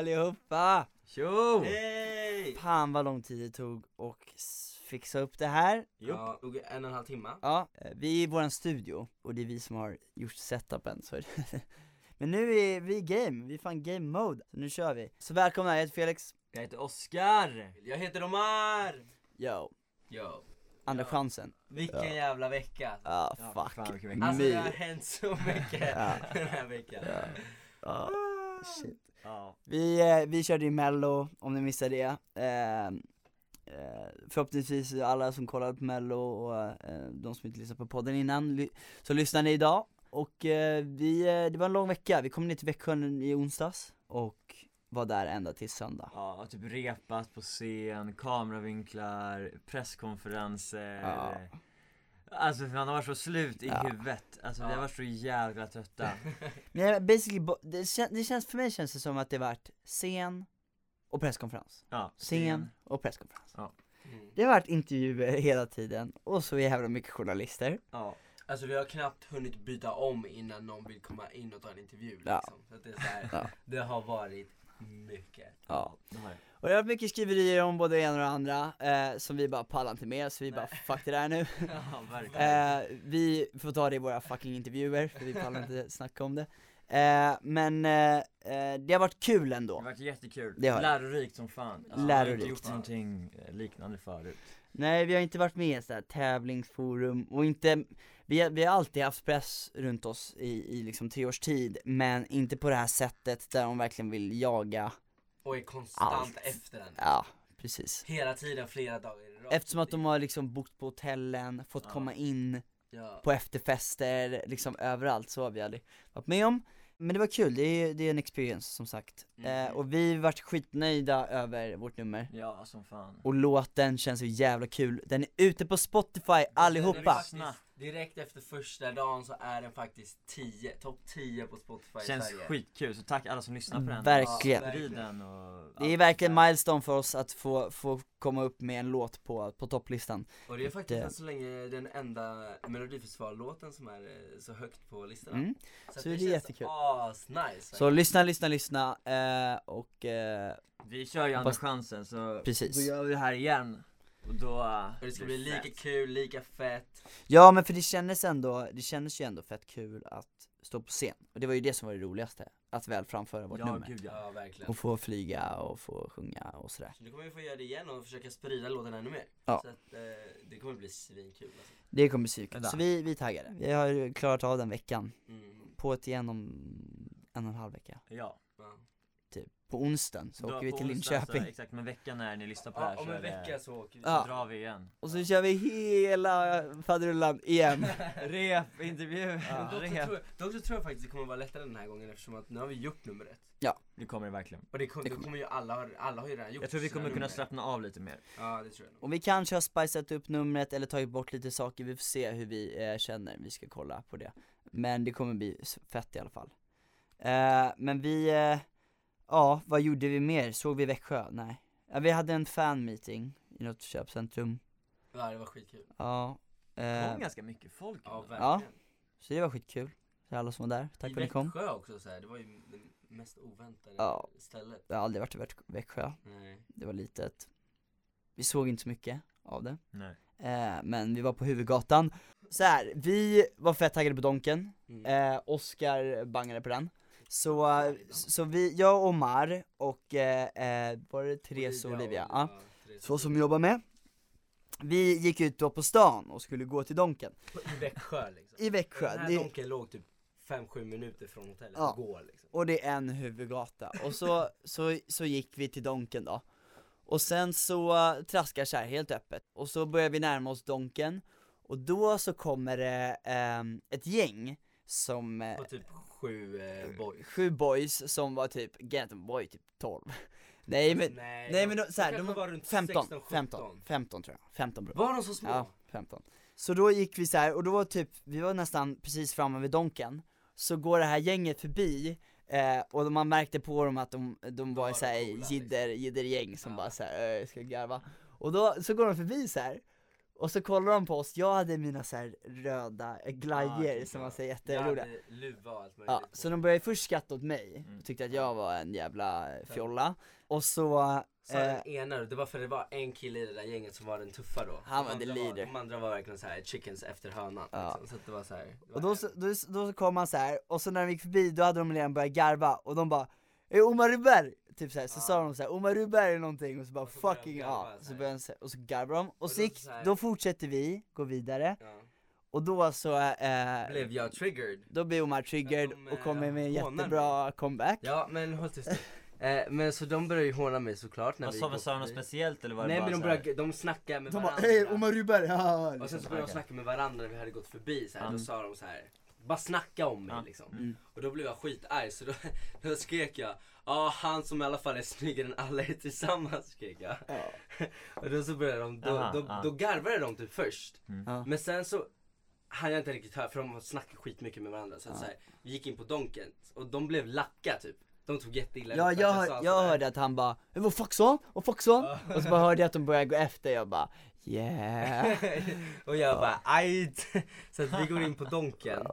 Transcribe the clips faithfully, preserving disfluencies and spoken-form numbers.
allihopa! Tjo! Hej! Fan vad lång tid det tog och fixa upp det här. Ja, tog en och en halv timme. Ja, vi är i våran studio och det är vi som har gjort setupen så men nu är vi i game, vi är fan game mode. Så nu kör vi. Så välkomna, jag heter Felix. Jag heter Oskar. Jag heter Omar! Yo, Yo. andra Ja. chansen. Vilken Ja. jävla vecka. Ja, Ja, fuck. fan, vilken vecka. Alltså My. det har hänt så mycket Ja. den här veckan. Ja. Ja, shit. Ja. Vi, eh, vi körde i Mello, om ni missade det. Eh, eh, förhoppningsvis alla som kollade på Mello och eh, de som inte lyssnade på podden innan, ly- så lyssnar ni idag. Och eh, vi, eh, det var en lång vecka, vi kom ner till Växjö i onsdags och var där ända till söndag. Ja, typ repat på scen, kameravinklar, presskonferenser. Ja. Alltså man har varit så slut i Ja. huvudet. Alltså vi Ja. har varit så jävla trötta. Men basically, bo- det, kän- det känns, för mig känns det som att det varit scen och presskonferens. Ja, Scen och presskonferens. Mm. Det har varit intervjuer hela tiden och så jävla mycket journalister. Ja. Alltså vi har knappt hunnit byta om innan någon vill komma in och ta en intervju liksom. Ja. Så att det är så här, Ja. det har varit mycket. Ja. Det har jag. Och det har varit mycket skriverier om både det ena och det andra, eh, som vi bara pallar inte med, så vi bara fuck det där nu. Ja, verkligen. eh, Vi får ta det i våra fucking intervjuer, för vi pallar inte snacka om det. eh, Men eh, eh, det har varit kul Det ändå. har varit jättekul. Det har det. Lärorikt som fan. Alltså, Jag har Lärorikt. inte gjort någonting eh, liknande förut. Nej, vi har inte varit med i ett sådär tävlingsforum och inte, vi har, vi har alltid haft press runt oss i, i liksom tre års tid, men inte på det här sättet där de verkligen vill jaga. Och är konstant Allt. efter den. Ja, precis. Hela tiden, flera dagar i rad. Eftersom att de har liksom bott på hotellen, fått Ja. komma in Ja. på efterfester, liksom överallt, så har vi aldrig varit med om. Men det var kul, det är, det är en experience som sagt. Mm. eh, Och vi vart skitnöjda över vårt nummer. Ja, som fan. Och låten känns så jävla kul. Den är ute på Spotify allihopa. Den är faktiskt- Direkt efter första dagen så är den faktiskt tio, topp tio på Spotify i Känns Sverige. skitkul, så tack alla som lyssnar på den. Verkligen. Ja, verkligen. den och Det är allt verkligen där. milestone för oss att få, få komma upp med en låt på, på topplistan. Och det är faktiskt Det- än så länge den enda Melodifestivallåten som är eh, så högt på listorna. Mm. Så, Så det, det är känns jättekul. asnice. Så lyssna, lyssna, lyssna eh, och eh, Vi kör ju andra Hoppas- chansen, så Precis. då gör vi det här igen. Och då uh, Och det ska bli lika kul, lika fett. ja, men för det kändes ändå, det kändes ju ändå fett kul att stå på scen. Och det var ju det som var det roligaste, att väl framföra vårt Ja, nummer. gud ja. Ja, verkligen. Och få flyga och få sjunga och sådär. Så nu kommer vi få göra det igen och försöka sprida låten ännu mer. Ja. Så att eh, det kommer bli svinkul alltså. Det kommer bli psykigt. Ja. Så vi, vi är taggade. Vi har ju klarat av den veckan. Mm. På ett igen om en och en halv vecka. Ja. Ja. Typ. På onsdagen så Då åker vi på till onsdag, Linköping. Så, exakt, men veckan när ni lyssnar på det här Ja, om så en är det- vecka så åker vi. Ja. så drar vi igen. Och så kör vi hela faderullan igen. Rep, intervju, Men dock, så rep. tror jag, dock så tror jag faktiskt det kommer vara lättare den här gången eftersom att nu har vi gjort numret. Det kommer det verkligen. Och det, kom, Det det kommer. kommer ju alla, ha- alla har ju redan gjort Jag tror vi sina kommer kunna nummer. slappna av lite mer. Ja, det tror jag nog. Och vi kanske har spicat upp numret eller tagit bort lite saker. Vi får se hur vi eh, känner. Vi ska kolla på det. Men det kommer bli s- fett i alla fall. Eh, men vi, eh, ja, vad gjorde vi mer? Såg vi Växjö? Nej. Ja, vi hade en fan-meeting i något köpcentrum. Ja, det var skitkul. Ja. Det Eh, kom ganska mycket folk. Ja, ändå. verkligen. så det var skitkul. Till alla som var där. Tack I för att ni kom. Växjö också så här, det var ju det mest oväntade Ja. stället. Jag har aldrig varit i Väx- Växjö. Nej. Det var litet. Vi såg inte så mycket av det. Nej. Eh, men vi var på huvudgatan. Så här, vi var fett taggade på Donken. Mm. Eh, Oskar bangade på den. Så, eh, så vi, jag och Omar och eh, eh, var det Therese och Olivia, ja, Therese så och som jobbar med. Vi gick ut då på stan och skulle gå till Donken. I Växjö liksom. I Växjö. Den här Det, donken låg typ fem sju minuter från hotellet Ja. och går liksom. och det är en huvudgata. Och så, så, så gick vi till Donken då. Och sen så uh, traskar så här helt öppet. Och så börjar vi närma oss Donken. Och då så kommer det ehm, ett gäng som eh, Och typ sju eh, boys. sju boys som var typ, Genton boy typ tolv. Nej men, Nej, nej de- men då, så här, de de kanske var var runt femton, sexton, femton, sjutton. femton tror jag, femton bro. Var de så små? Ja, femton. Så då gick vi så här och då var typ, vi var nästan precis framme vid Donken. Så går det här gänget förbi eh, och man märkte på dem att de, de var var så här de coola, jidder, jiddergäng som Ja. bara så här, "Ö, jag ska garva." Och då så går de förbi så här. Och så kollar de på oss, jag hade mina så här röda glajer Ja, som man säger Jag jätteroliga. hade luva och allt möjligt. Ja, så de började först skratta åt mig, Mm. tyckte att jag var en jävla fjolla. Och så, Så eh, den ena, det var för det var en kille i det där gänget som var den tuffa då. Han De var the andra leader. De andra var verkligen så här chickens efter hönan. Ja. Liksom. Så att det var så här. det var och då, en- så- då, då kom han så här, och så när de gick förbi då hade de redan börjat garva. Och de bara, är Omar Rubber? Typ så här, så Ja. sa de så här, Omar Rubber eller någonting. Och så bara Och så började de fucking garva ja, så så här. började de, så- och så garvade de. Och, Och så då gick, så här- då fortsätter vi, gå vidare. Ja. Och då så, eh, Blev jag triggered? då blir Omar triggered Att de, och kommer med en eh, hånar jättebra comeback. Ja men håll tyst. eh, Men så de började ju håna mig såklart när Vad vi sa gick vi, sa de något förbi. speciellt eller var det Nej bara men de så här- började, de snackade med De bara, varandra. hej Omar Rubber, ja, Och sen liksom. så började de Okej. snacka med varandra när vi hade gått förbi så här. Ja. Då sa de så här. Bara snacka om mig Ja. liksom. Mm. Och då blev jag skitarg så då, då skrek jag, ja han som i alla fall är snyggare än alla är tillsammans, skrek jag. Ja. Och då så började de, då, Aha, då, ja. då garvade de typ först. Ja. Men sen så hann jag inte riktigt höra för de snackade skitmycket med varandra. Så, att Ja. så här, vi gick in på Donken och de blev lacka typ. De tog jätteilla Ja, upp att jag, sa hör, sådär. jag hörde att han bara, "Eh, vad fuck sa han? Vad fuck sa han?" Ja. Och så bara hörde jag att de började gå efter, jag bara, yeah. Och jag bara ajt. Så att vi går in på Donken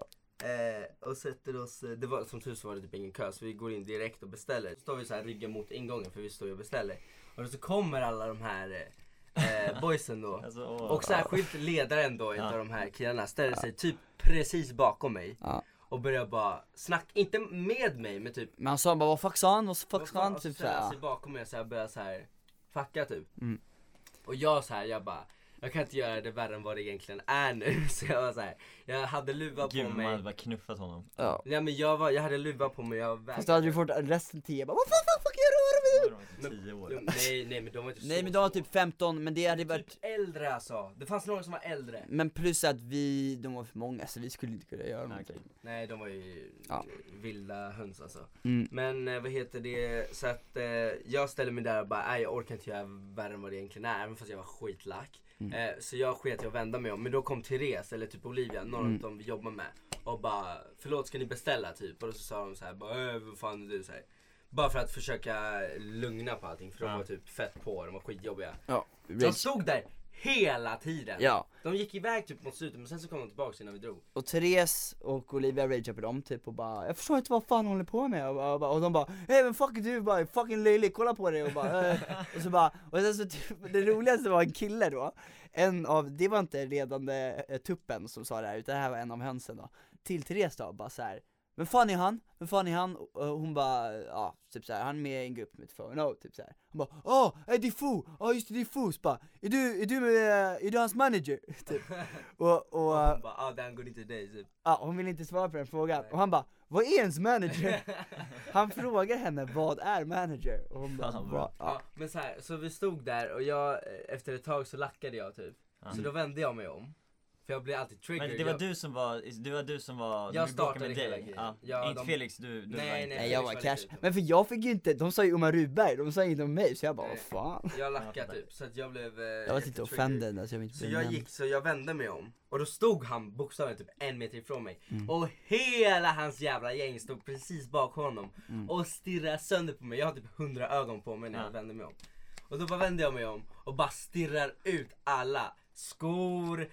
eh, och sätter oss, det var, som tur så var det typ ingen kö så vi går in direkt och beställer. Så står vi så här ryggen mot ingången för vi står ju och beställer. Och så kommer alla de här eh, boysen då. Alltså, åh. Och särskilt ledaren då Ja. utav de här killarna ställer sig typ precis bakom mig. Ja. Och börjar bara snacka, inte med mig men typ Men han sa bara, vad fuck sa han? Vad fuck vad sa fan, han? och så Typ ställer han såhär. sig bakom mig och så här börjar så här fucka typ. Mm. Och jag så här, jag bara jag kan inte göra det värre än vad det egentligen är nu. Så jag var så här, jag hade luva Gud, på man mig. hade bara knuffat honom. Ja. Nej men jag var, jag hade luva på mig, jag var Fast då hade du fått resten tio, jag bara, vad fan fuck, fuck jag rör mig? Då var de Men- inte tio år. De- Nej nej men de var inte Nej så men de var små. typ femton, men det hade varit, Typ äldre alltså. Det fanns några som var äldre. men plus att vi, de var för många så vi skulle inte kunna göra Nej, någonting. okej. Nej de var ju Ja. vilda höns alltså. Mm. Men eh, vad heter det, så att eh, jag ställer mig där och bara, nej jag orkar inte göra värre än vad det egentligen är, även fast jag var skitlack. Mm. Eh, så jag sket i att vända mig om, men då kom Therese, eller typ Olivia, någon Mm. av dem vi jobbar med, och bara, förlåt ska ni beställa typ? Och då så sa de så här, bara, äh, vad fan är du? Så här. Bara för att försöka lugna på allting, för de Ja. var typ fett på, de var skitjobbiga. Ja, De rage. stod där hela tiden. Ja, De gick iväg typ mot slutet, men sen så kom de tillbaka innan vi drog. och Therese och Olivia rageade på dem typ och bara, jag förstår inte vad fan hon håller på med. Och, bara, och, bara, och de bara, hej men fuck du, bara fucking löjlig, kolla på det. Och, bara, äh. och så bara, och sen så typ, det roligaste var en kille då, en av, det var inte ledande eh, tuppen som sa det här, utan det här var en av hönsen då, till Therese då, bara så här. Men fan är han? Men fan är han? Och hon bara, ja, typ såhär, han är med i en grupp med ett phone, typ såhär. Hon bara, åh, är det Fu? Ja just det, det är Fu, bara, är du, är du med, är du hans manager? Typ. Och, och, Och hon bara, ah den går inte till dig typ. ja, hon vill inte svara på den frågan. Nej. Och han bara, vad är ens manager? Han frågar henne, vad är manager? Och hon bara, Fan, bra. "Va?" Ja, ja. men så här, så vi stod där och jag, eh, efter ett tag så lackade jag typ. Ja. Så då vände jag mig om. För jag blev alltid triggered. Men det var jag, du som var, det var du som var, Jag du bråkade med startade hela dig. grejen. Ja. Ja, Inte de- Felix, du, du Nej, var inte. nej. Nej jag var Felix var cash. lite Men för jag fick ju inte, de sa ju Omar Rudberg, de sa inte om mig, så jag bara, Nej. vad fan? jag Ja, lackade typ, så att jag blev eh, Jag var lite jättetriggered. offended, alltså jag vill inte Så bli jag nämnd. gick, så jag vände mig om. Och då stod han bokstavligen typ en meter ifrån mig. Mm. Och hela hans jävla gäng stod precis bakom honom. Mm. Och stirrade sönder på mig. Jag har typ hundra ögon på mig när Ja. jag vände mig om. Och då bara vände jag mig om och bara stirrar ut alla. Skor,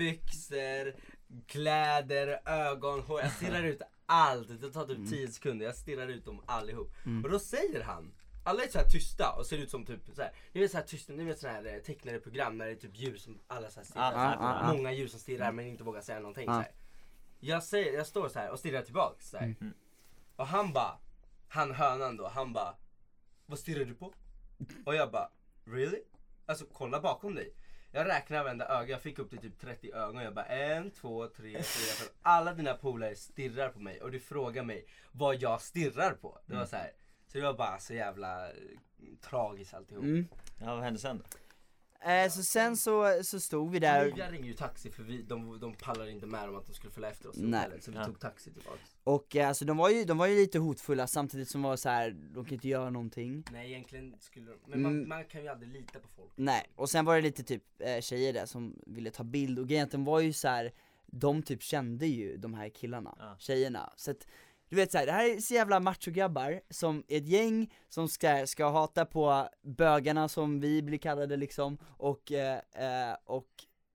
byxor, kläder, ögon, hår. Jag stirrar ut allt. Det tar typ tio sekunder. Jag stirrar ut dem allihop. Mm. Och då säger han, alla är så här tysta och ser ut som typ så här. Ni vet så här tysta, ni vet såna här eh, tecknade program när det är typ djur som alla så här stirrar. Ja, så här, ja, ja, ja. Många djur som stirrar men inte vågar säga någonting Ja. så här. Jag säger, jag står så här och stirrar tillbaks så här. Mm. Och han bara, han hönan då, han bara, vad stirrar du på? Och jag bara, really? Alltså kolla bakom dig. Jag räknar varenda öga, jag fick upp till typ trettio ögon. Jag bara, en, två, tre, fyra, fem. Alla dina polare stirrar på mig och du frågar mig vad jag stirrar på. Det var så här. Så det var bara så jävla eh, tragiskt alltihop. Mm. Ja, vad hände sen då? Eh, så sen så, så stod vi där. Olivia ringde ju taxi för vi, de, de pallar inte med om att de skulle följa efter oss. Nej. Heller, så vi Ja. tog taxi tillbaka. Och eh, alltså de var ju, de var ju lite hotfulla samtidigt som var så här, de kan inte göra någonting. Nej egentligen skulle de, men man, Mm. man kan ju aldrig lita på folk. Nej, och sen var det lite typ eh, tjejer där som ville ta bild och grejen att de var ju så här, de typ kände ju de här killarna, Ja. tjejerna. Så att, du vet så här, det här är så jävla machograbbar som ett gäng som ska, ska hata på bögarna som vi blir kallade liksom, och, eh, eh, och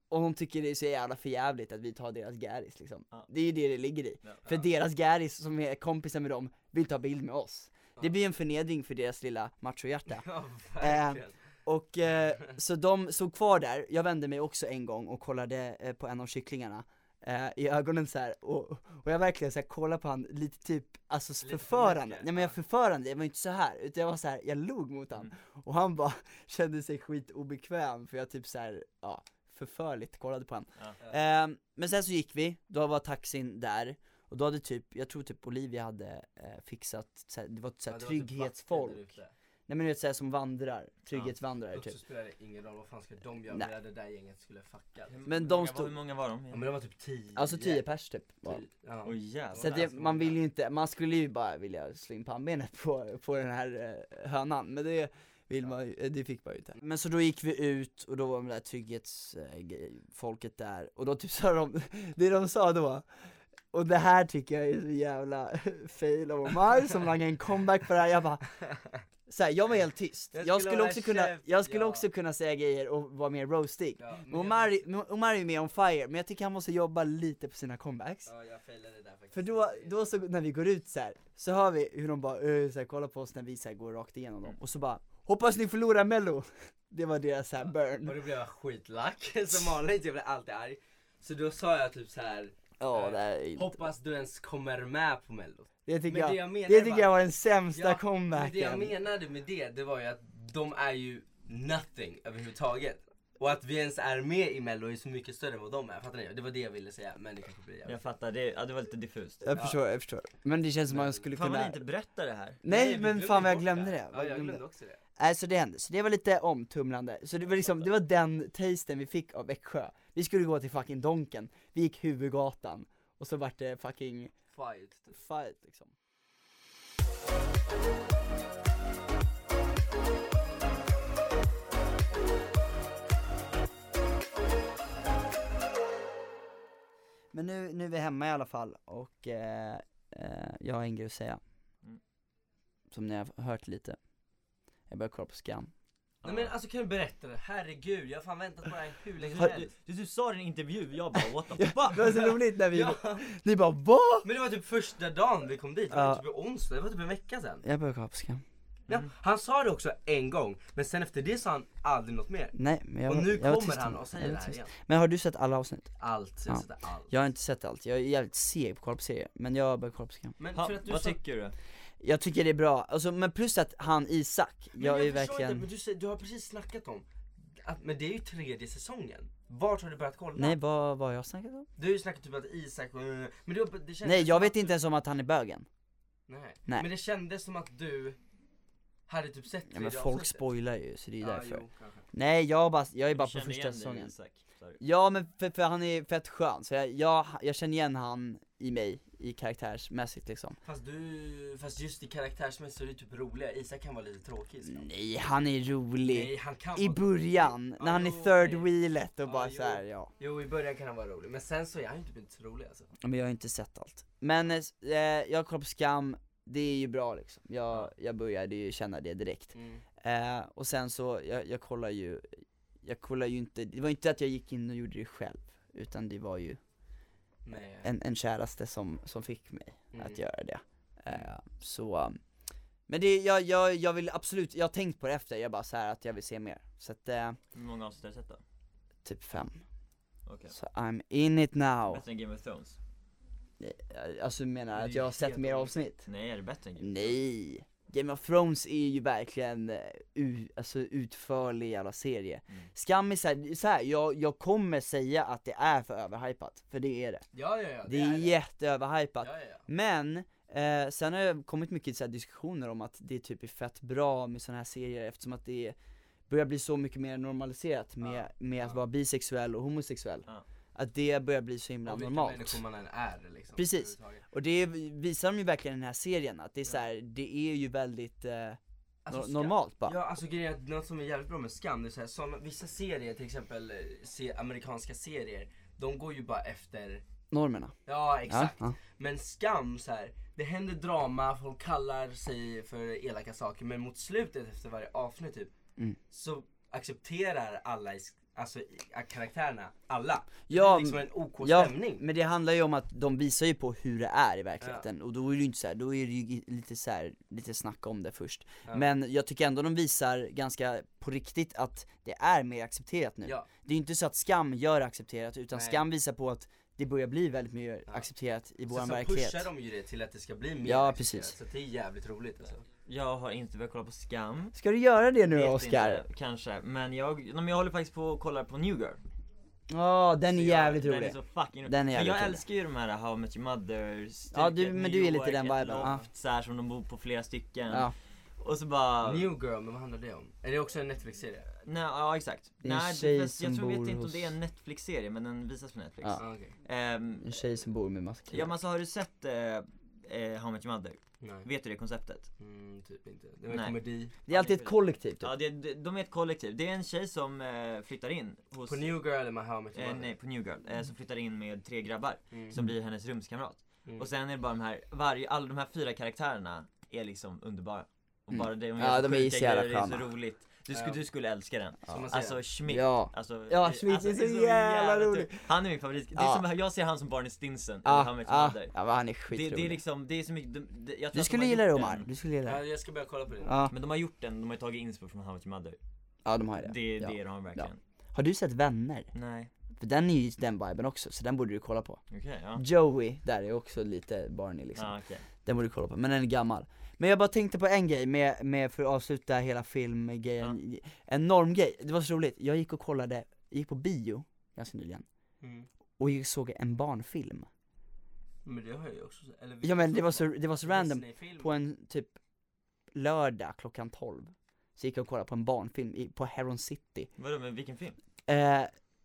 och hon tycker det är så jävla för jävligt att vi tar deras gäris liksom. Ja. Det är ju det det ligger i. Ja. För Ja. deras gäris som är kompisar med dem vill ta bild med oss. Ja. Det blir en förnedring för deras lilla machohjärta. Ja, verkligen. Och eh, så de stod kvar där, jag vände mig också en gång och kollade eh, på en av kycklingarna eh, i ögonen så här, och, och jag verkligen så här kollade på han lite typ, alltså Lite förförande, för mycket, nej men jag ja. förförande, jag var inte så här utan jag var så här, jag log mot han, Mm. och han bara kände sig skitobekväm för jag typ så här, ja, förförligt kollade på han. Ja. Eh, men sen så gick vi, då var taxin där, och då hade typ, jag tror typ Olivia hade eh, fixat, så här, det var ett så här, Ja, det var typ trygghetsfolk. vakter där ute. Nej men du vet såhär som vandrar, trygghetsvandrare Dock så typ. spelar det ingen roll, vad fan ska de göra Nej. med det där gänget skulle fucka. Hur Men många de var- stod- Hur många var de? Ja men det var typ tio. Alltså tio pers typ. var de. Tio, ja. Oj jävlar. Så att det, man vill ju inte, man skulle ju bara vilja slå in pannbenet på, på den här eh, hönan, men det vill man ju, det fick man ju inte. Men så då gick vi ut och då var de där trygghetsfolket där, och då typ sa de, det de sa då, och det här tycker jag är så jävla fail av Omar som langade en comeback på det här, jag bara så här, jag var helt tyst, Jag jag skulle skulle hålla också kunna, käft, jag skulle ja. också kunna säga grejer och vara mer roastig. Ja, men Men Omar, Omar är ju mer on fire, men jag tycker han måste jobba lite på sina comebacks. Ja jag failade där faktiskt. För då, då så, när vi går ut så här, så hör vi hur de bara uh, så här, kollar på oss när vi så här, går rakt igenom dem, och så bara hoppas ni förlorar mello. Det var deras så här burn. Och då blev jag skitlack som vanligt, jag blev alltid arg. Så då sa jag typ så här. Ja, det är inte. Hoppas du ens kommer med på mello. Det tycker Men jag, det det, jag menar tycker bara- jag var den sämsta Ja, comebacken. Men det jag menade med det, det var ju att de är ju nothing överhuvudtaget. Och att vi ens är med i mello är så mycket större än vad de är, fattar ni? Det var det jag ville säga, men det kanske blir jävligt. Jag fattar, det, ja, det var lite diffust. Jag förstår, jag förstår. Men det känns som Men man skulle Fan kunna... man inte berätta det här. Nej, vi men glömde fan vad jag bort glömde det. Ja, jag glömde också det. Nej, så det hände, så det var lite omtumlande. Så det var liksom, det var den tasten vi fick av Växjö. Vi skulle gå till fucking Donken, vi gick huvudgatan, och så vart det fucking Fight. fight liksom. Men nu, nu är vi hemma i alla fall, och eh, eh, jag har en grej att säga. Mm. Som ni har hört lite. Jag börjar kolla på Skam. Nej men alltså kan du berätta det? Herregud, jag har fan väntat på det här hur länge som Har- helst. Du, du sa det i en intervju, jag bara what the Ja, fuck? det var så roligt när vi, Ja, ni bara va? men det var typ första dagen vi kom dit, det var Ja. typ onsdag, det var typ en vecka sedan. Jag börjar kolla på Skam. Ja, han sa det också en gång, men sen efter det sa han aldrig något mer. Nej, men jag Och var- nu jag var kommer tyst han om och det. säger Jag det var här tyst. igen. Men har du sett alla avsnitt? Allt, jag Ja. sätter allt. Jag har inte sett allt, jag är jävligt seg på att kolla på serier, men jag börjar kolla på Skam. Men Ha, för att du vad sa... tycker du? Jag tycker det är bra, alltså, men plus att han Isak, Men jag är förstår verkligen... inte, men du, säger- du har precis snackat om att, men det är ju tredje säsongen. Vart har du börjat kolla? Nej, vad vad har jag snackat om? Du har ju snackat typ att Isak och, men det, var- det kändes Nej, som jag att vet du- inte ens om att han är bögen. Nej. Nej. Men det kändes som att du hade typ sett Ja, men tredje folk avsnittet. spoilar ju, så det är Ja, därför. jo, kanske. Nej, jag, bara, jag är Du bara på kände första igen dig i säsongen. Isak, sa du? Ja, men för, för han är fett skön, så jag, jag, jag känner igen han i mig, i karaktärsmässigt liksom. Fast du, fast just i karaktärsmässigt så är det typ roliga. Isak kan vara lite tråkig. Så. Nej, han är rolig. Nej, han kan I vara början, Ja, när han är jo, third okej. wheelet och Ja, bara jo. så här, ja. Jo, i början kan han vara rolig, men sen så är han ju typ inte så rolig alltså. Men jag har inte sett allt. Men eh, jag kollar på Skam, det är ju bra liksom. Jag, jag började ju känna det direkt. Mm. Eh, och sen så, jag, jag kollar ju, jag kollar ju inte, det var inte att jag gick in och gjorde det själv, utan det var ju Nej. en, en käraste som, som fick mig Mm. att göra det. Eh, så, men det, jag, jag, jag vill absolut, jag har tänkt på det efter, jag bara så här att jag vill se mer. Så att, eh, Hur många avsnitt har du sett då? typ fem. Okej. Så I'm in it now. Bättre än Game of Thrones? Eh, Alltså du menar Det är att ju jag har sett helt mer olika. avsnitt? Nej, är det bättre än Game of Nej, Game of Thrones är ju verkligen eh, u, alltså utförlig jävla serie. Mm. Skam är såhär, så här, jag, jag kommer säga att det är för överhypat, för det är det. Ja, ja, ja. Det är jätteöverhypat. Ja, ja, ja. Men, eh, sen har det kommit mycket så här diskussioner om att det typ är fett bra med såna här serier, eftersom att det börjar bli så mycket mer normaliserat med, Ja, med att ja. vara bisexuell och homosexuell. Ja. Att det börjar bli så himla Och vilka normalt. människor man än är liksom. Precis. överhuvudtaget. Och det visar de ju verkligen i den här serien, att det är Ja. så här, det är ju väldigt eh, Alltså, no- Skam- normalt bara. Ja, alltså grejen är att något som är jävligt bra med Skam, det är så här, såna, vissa serier, till exempel eh, se, amerikanska serier, de går ju bara efter, Normerna. ja exakt. Ja, ja. Men Skam så här, det händer drama, folk kallar sig för elaka saker, men mot slutet efter varje avsnitt typ, Mm. så accepterar alla i, alltså karaktärerna, alla. Ja, det är liksom en OK-stämning. Ja, men det handlar ju om att de visar ju på hur det är i verkligheten. Ja. Och då är det ju inte så här, då är det ju lite så här, lite snack om det först. Ja. Men jag tycker ändå de visar ganska på riktigt att det är mer accepterat nu. Ja. Det är ju inte så att Skam gör accepterat, utan Nej. Skam visar på att det börjar bli väldigt mer ja. accepterat i vår verklighet. Så pushar de ju det till att det ska bli mer Ja, accepterat. Precis. Så det är jävligt roligt alltså. Jag har inte börjat kolla på Skam. Ska du göra det nu, Oscar? Inte, kanske, men jag, men jag håller faktiskt på att kolla på New Girl. Ja, oh, den är jävligt jag, rolig. Den är så fucking rolig. Den är jag rolig. älskar ju de här How I Met Your Mother. Ja, du, men du är lite den viben. Ja. Så här som de bor på flera stycken. Ja. Och så bara... New Girl, men vad handlar det om? Är det också en Netflix-serie? Nej, ja exakt. Det är en Nej, tjej det, som jag tror bor vet inte hos... om det är en Netflix-serie, men den visas på Netflix. Ja. Ah, okay. um, En tjej som bor med masker. Ja, men så har du sett uh, uh, How I Met Your Mother? Nej. Vet du det konceptet? Mm, typ inte. Det är en komedi. Det är alltid ett kollektiv typ. Ja, det, de, de är ett kollektiv. Det är en tjej som uh, flyttar in hos... På New Girl eller med How I Met Your Mother? Uh, nej, på New Girl. Uh, som flyttar in med tre grabbar. Mm. Som blir hennes rumskamrat. Mm. Och sen är det bara de här, varje, alla de här fyra karaktärerna är liksom underbara. Och bara det, de ja, de är så jävla grejer, det är så roligt. Du skulle, du skulle älska den. Ja. Alltså Schmidt. Ja, alltså, ja Schmidt alltså, är så, så jävla rolig. Han är min favorit. Det är ja. som, jag ser han som Barney Stinson. Ja, han med ja, ja, men han är skitrolig. det, det är liksom, det är så mycket de, de, jag Du skulle gilla det, Omar, du skulle gilla det. Ja, jag ska börja kolla på det. Ja. Men de har gjort den, de har ju tagit inspo från How I Met Your Mother. Ja, de har det. Det, ja. det är de verkligen. Ja. Har du sett Vänner? Nej. För den är ju den viben också, så den borde du kolla på. Okay, ja. Joey, där är också lite Barney liksom. Ja, okay. Den borde du kolla på, men den är gammal. Men jag bara tänkte på en grej med, med för att avsluta hela filmgrejen. Ja. En enorm grej, det var så roligt. Jag gick och kollade, jag gick på bio ganska nyligen. Mm. Och jag såg en barnfilm. Men det har jag ju också. Eller ja, men det var så, det var så random. På en typ lördag klockan tolv så gick jag och kollade på en barnfilm i, på Heron City. Vadå, men vilken film? Eh,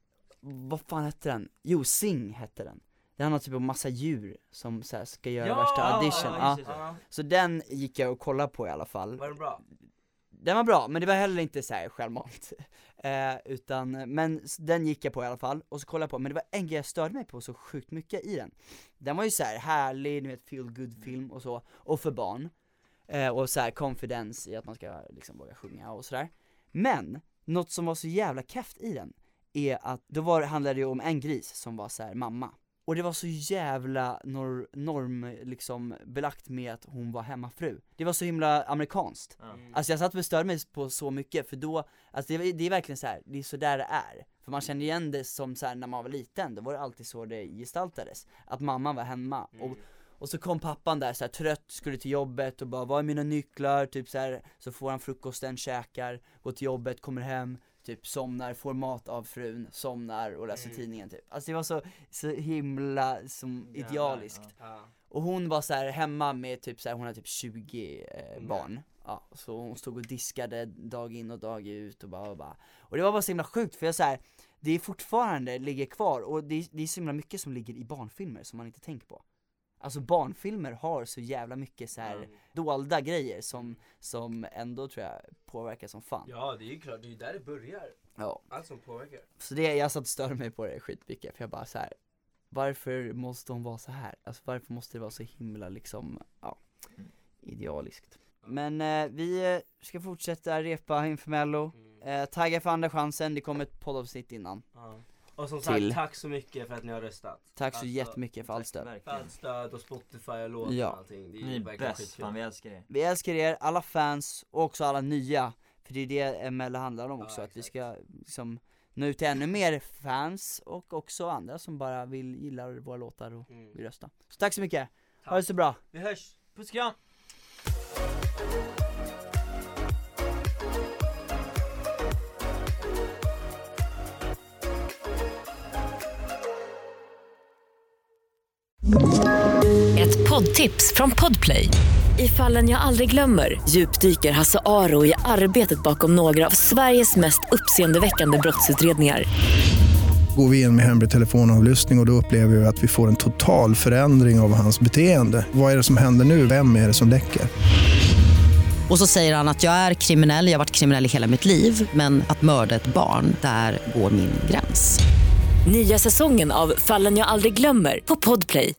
vad fan hette den? Jo, Sing hette den. Det handlar typ om massa djur som så här, ska göra ja, värsta audition. Ja, ja. Så den gick jag och kollade på i alla fall. Var den bra? Den var bra, men det var heller inte så här självmant. Eh, utan, men den gick jag på i alla fall. Och så kollade jag på, men det var en grej jag störde mig på så sjukt mycket i den. Den var ju så här härlig, ni vet, feel good film och så. Och för barn. Eh, och så här confidence i att man ska liksom våga sjunga och sådär. Men, något som var så jävla kräft i den är att, då var, handlade det ju om en gris som var så här mamma. Och det var så jävla nor- norm liksom belagt med att hon var hemmafru. Det var så himla amerikanskt. Mm. Alltså jag satt och bestörde mig på så mycket, för då, alltså det, det är verkligen så här, det är så där det är. För man känner igen det som så här, när man var liten, då var det alltid så det gestaltades. Att mamman var hemma. Mm. Och, och så kom pappan där så här, trött, skulle till jobbet och bara, vad är mina nycklar? Typ så här, så får han frukosten, käkar, går till jobbet, kommer hem, typ somnar, får mat av frun, somnar och läser mm. tidningen typ. Alltså det var så, så himla som ja, idealiskt. Ja, ja. Och hon var så här hemma med typ så här, hon hade typ tjugo eh, mm. barn. Ja, så hon stod och diskade dag in och dag ut och bara och bara. Och det var bara så himla sjukt, för jag så här, det är fortfarande ligger kvar, och det, det är så himla mycket som ligger i barnfilmer som man inte tänker på. Alltså barnfilmer har så jävla mycket så här mm. dolda grejer som, som ändå tror jag påverkar som fan. Ja, det är ju klart, det är ju där det börjar. Ja. Allt som påverkar. Så det, jag satt och störde mig på det skitmycket, för jag bara så här, varför måste hon vara så här? Alltså varför måste det vara så himla liksom, ja, idealiskt. Men eh, vi ska fortsätta repa inför Mello. Mm. Eh, tagga för andra chansen, det kommer ett poddavsnitt innan. Ja. Och som sagt, till. Tack så mycket för att ni har röstat. Tack så alltså, jättemycket för allt stöd. För allt stöd och Spotify och låtar ja. och allting. Det är ni är bäst, fan vi älskar er. Vi älskar er, alla fans och också alla nya. För det är det M L handlar om också, ja, att vi ska liksom nå ut till ännu mer fans och också andra som bara vill gilla våra låtar och mm. vill rösta. Så tack så mycket, tack. Ha det så bra. Vi hörs, puss och kram. Ett poddtips från Podplay. I Fallen jag aldrig glömmer djupdyker Hasse Aro i arbetet bakom några av Sveriges mest uppseendeväckande brottsutredningar. Går vi in med hemlig telefonavlyssning och, och då upplever vi att vi får en total förändring av hans beteende. Vad är det som händer nu? Vem är det som läcker? Och så säger han att jag är kriminell, jag har varit kriminell i hela mitt liv, men att mörda ett barn, där går min gräns. Nya säsongen av Fallen jag aldrig glömmer på Podplay.